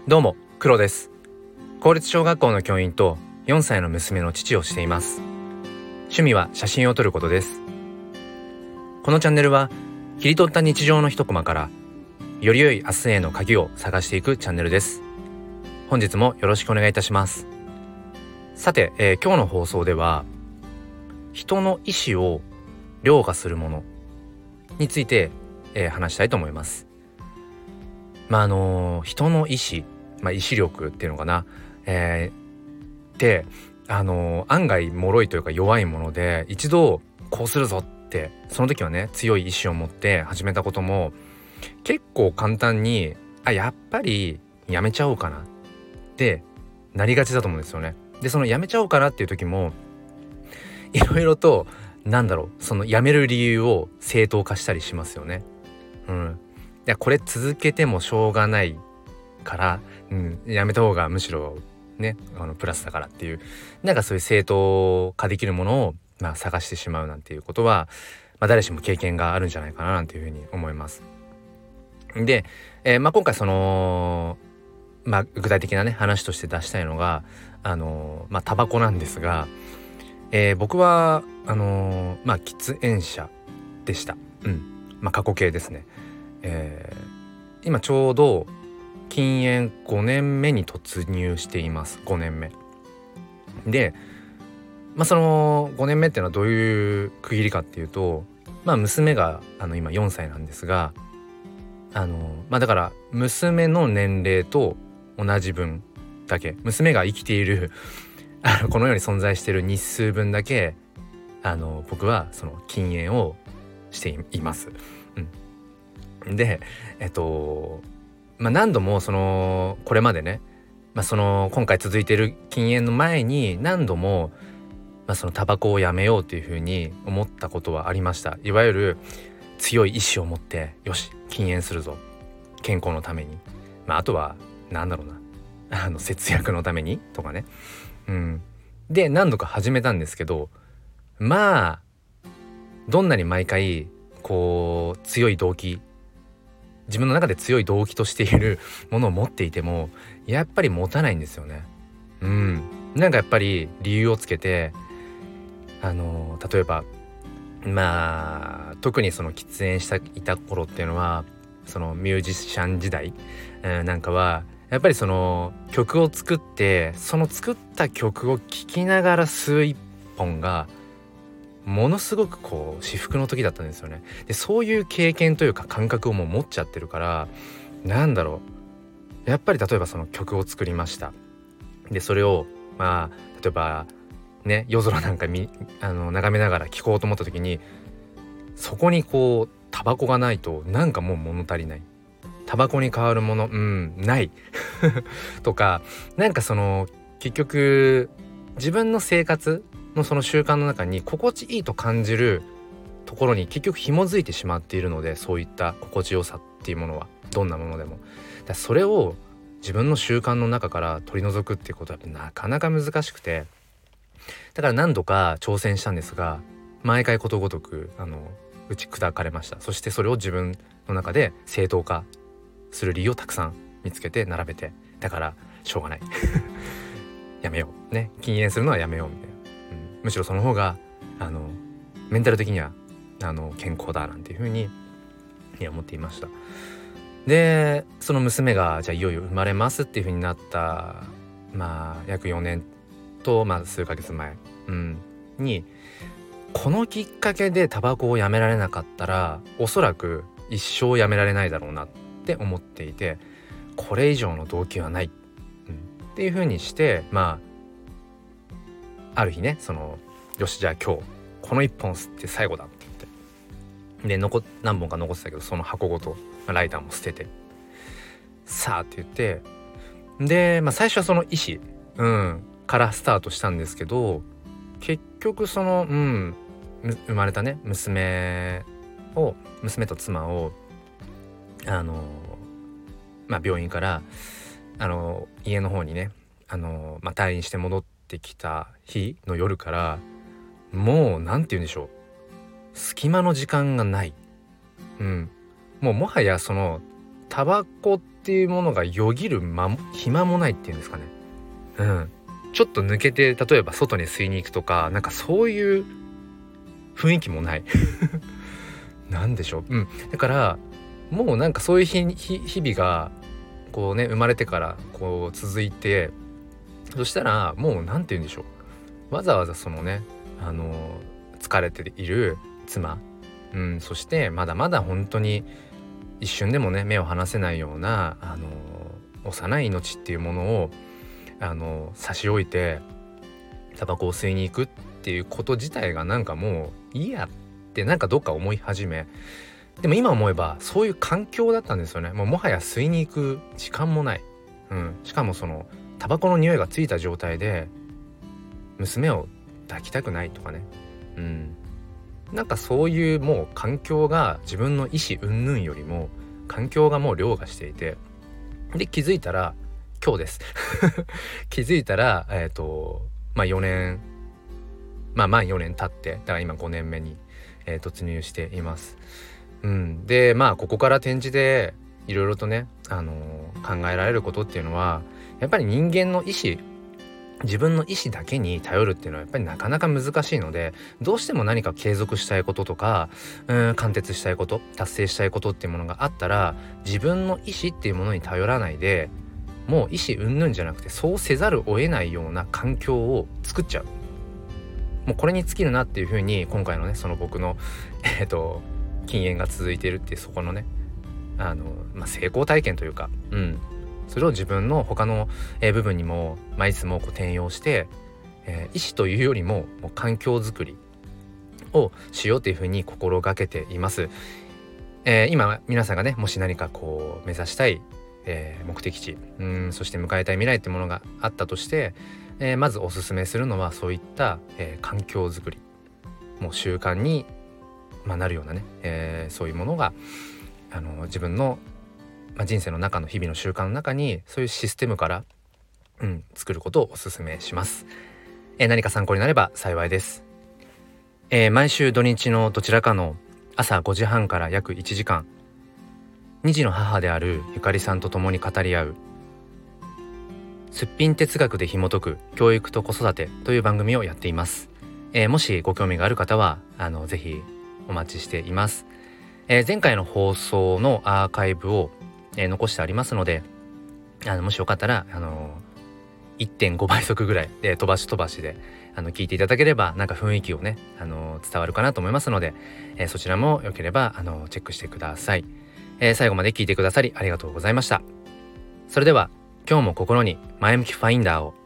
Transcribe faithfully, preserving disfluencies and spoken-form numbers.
どうも、黒です。公立小学校の教員とよんさいの娘の父をしています。趣味は写真を撮ることです。このチャンネルは切り取った日常の一コマからより良い明日への鍵を探していくチャンネルです。本日もよろしくお願いいたします。さて、えー、今日の放送では人の意思を凌駕するものについて、えー、話したいと思います。まああのー、人の意思まあ、意志力っていうのかな、えー、で、あのー、案外脆いというか弱いもので、一度こうするぞってその時はね強い意志を持って始めたことも結構簡単にあやっぱりやめちゃおうかなってなりがちだと思うんですよね。でそのやめちゃおうかなっていう時もいろいろとなんだろうそのやめる理由を正当化したりしますよね。うん、いやこれ続けてもしょうがないから、うん、やめた方がむしろねあのプラスだからっていうなんかそういう正当化できるものを、まあ、探してしまうなんていうことは、まあ、誰しも経験があるんじゃないかななんていうふうに思います。で、えーまあ、今回その、まあ、具体的なね話として出したいのがあのまあタバコなんですが、えー、僕はあのまあ喫煙者でした。うんまあ過去形ですね。えー、今ちょうど禁煙ごねんめに突入しています。ごねんめで、まあそのごねんめっていうのはどういう区切りかっていうと、まあ娘があの今よんさいなんですが、あのまあだから娘の年齢と同じ分だけ、娘が生きているあのこの世に存在している日数分だけあの僕はその禁煙をしています。うん、でえっとまあ、何度もそのこれまでね、まあ、その今回続いている禁煙の前に何度も、まあ、そのタバコをやめようというふうに思ったことはありました。いわゆる強い意志を持ってよし禁煙するぞ健康のために、まあ、あとはなんだろうなあの節約のためにとかね、うん、で何度か始めたんですけど、まあどんなに毎回こう強い動機自分の中で強い動機としているものを持っていてもやっぱり持たないんですよね。うん、なんかやっぱり理由をつけてあの例えばまあ特にその喫煙していた頃っていうのはそのミュージシャン時代、えー、なんかはやっぱりその曲を作ってその作った曲を聴きながら吸う一本がものすごくこう至福の時だったんですよね。でそういう経験というか感覚をもう持っちゃってるからなんだろうやっぱり例えばその曲を作りました。でそれをまあ例えばね夜空なんか見あの眺めながら聴こうと思った時にそこにこうタバコがないとなんかもう物足りない。タバコに代わるものうんないとかなんかその結局自分の生活のその習慣の中に心地いいと感じるところに結局紐づいてしまっているので、そういった心地よさっていうものはどんなものでもだそれを自分の習慣の中から取り除くっていうことはなかなか難しくて、だから何度か挑戦したんですが毎回ことごとくあの打ち砕かれました。そしてそれを自分の中で正当化する理由をたくさん見つけて並べて、だからしょうがないやめようね禁煙するのはやめようみたいな、うん、むしろその方があのメンタル的にはあの健康だなんていう風に思っていました。でその娘がじゃあいよいよ生まれますっていう風になったまあ約よねんと、まあ、数ヶ月前、うん、にこのきっかけでタバコをやめられなかったらおそらく一生やめられないだろうなって思っていて、これ以上の動機はない、うん、っていう風にしてまあある日ねそのよしじゃあ今日この一本吸って最後だって言ってで残何本か残ってたけどその箱ごとライターも捨ててさあって言ってで、まあ、最初はその意思、うん、からスタートしたんですけど結局その、うん、生まれたね娘を娘と妻をあのまあ病院からあの家の方にねあの、まあ、退院して戻ってきた日の夜からもうなんて言うんでしょう隙間の時間がない、うん、もうもはやそのタバコっっていうものがよぎる間暇もないっていうんですかね。うんちょっと抜けて例えば外に吸いに行くとか、なんかそういう雰囲気もないなんでしょう。うんだからもうなんかそういう日日日々がこうね生まれてからこう続いて、そしたらもうなんて言うんでしょう、わざわざそのねあの疲れている妻、うん、そしてまだまだ本当に一瞬でもね目を離せないようなあの幼い命っていうものをあの差し置いてタバコを吸いに行くっていうこと自体がなんかもういいやってなんかどっか思い始め、でも今思えばそういう環境だったんですよね。もうもはや吸いに行く時間もない、うん、しかもそのタバコの匂いがついた状態で娘を抱きたくないとかね、うん、なんかそういうもう環境が自分の意思云々よりも環境がもう凌駕していて、で気づいたら今日です気づいたらえっ、ー、とまあよねんまあ満よねん経って、だから今ごねんめに、えー、突入しています。うん、でまあここから展示でいろいろとね、あのー、考えられることっていうのはやっぱり人間の意思、自分の意思だけに頼るっていうのはやっぱりなかなか難しいので、どうしても何か継続したいこととか、うん貫徹したいこと、達成したいことっていうものがあったら、自分の意思っていうものに頼らないで、もう意思云々じゃなくてそうせざるを得ないような環境を作っちゃう。もうこれに尽きるなっていうふうに今回のねその僕のえっと禁煙が続いているっていうそこのねあの、まあ、成功体験というか、うんそれを自分の他の、えー、部分にも、まあ、いつもこう転用して、えー、意思というよりも、もう環境づくりをしようというふうに心がけています。えー、今皆さんがねもし何かこう目指したい、えー、目的地、うんそして迎えたい未来ってものがあったとして、えー、まずおすすめするのはそういった、えー、環境づくり、もう習慣に、まあ、なるようなね、えー、そういうものがあの自分のまあ、人生の中の日々の習慣の中にそういうシステムから、うん、作ることをお勧めします。えー、何か参考になれば幸いです。えー、毎週土日のどちらかの朝ごじはんから約いちじかん、に児の母であるゆかりさんと共に語り合うすっぴん哲学で紐解く教育と子育てという番組をやっています。えー、もしご興味がある方はあのぜひお待ちしています。えー、前回の放送のアーカイブをえー、残してありますので、あのもしよかったらあの いってんご 倍速ぐらいで飛ばし飛ばしであの聞いていただければなんか雰囲気をねあの伝わるかなと思いますので、えー、そちらもよければあのチェックしてください。えー、最後まで聞いてくださりありがとうございました。それでは今日も心に前向きファインダーを。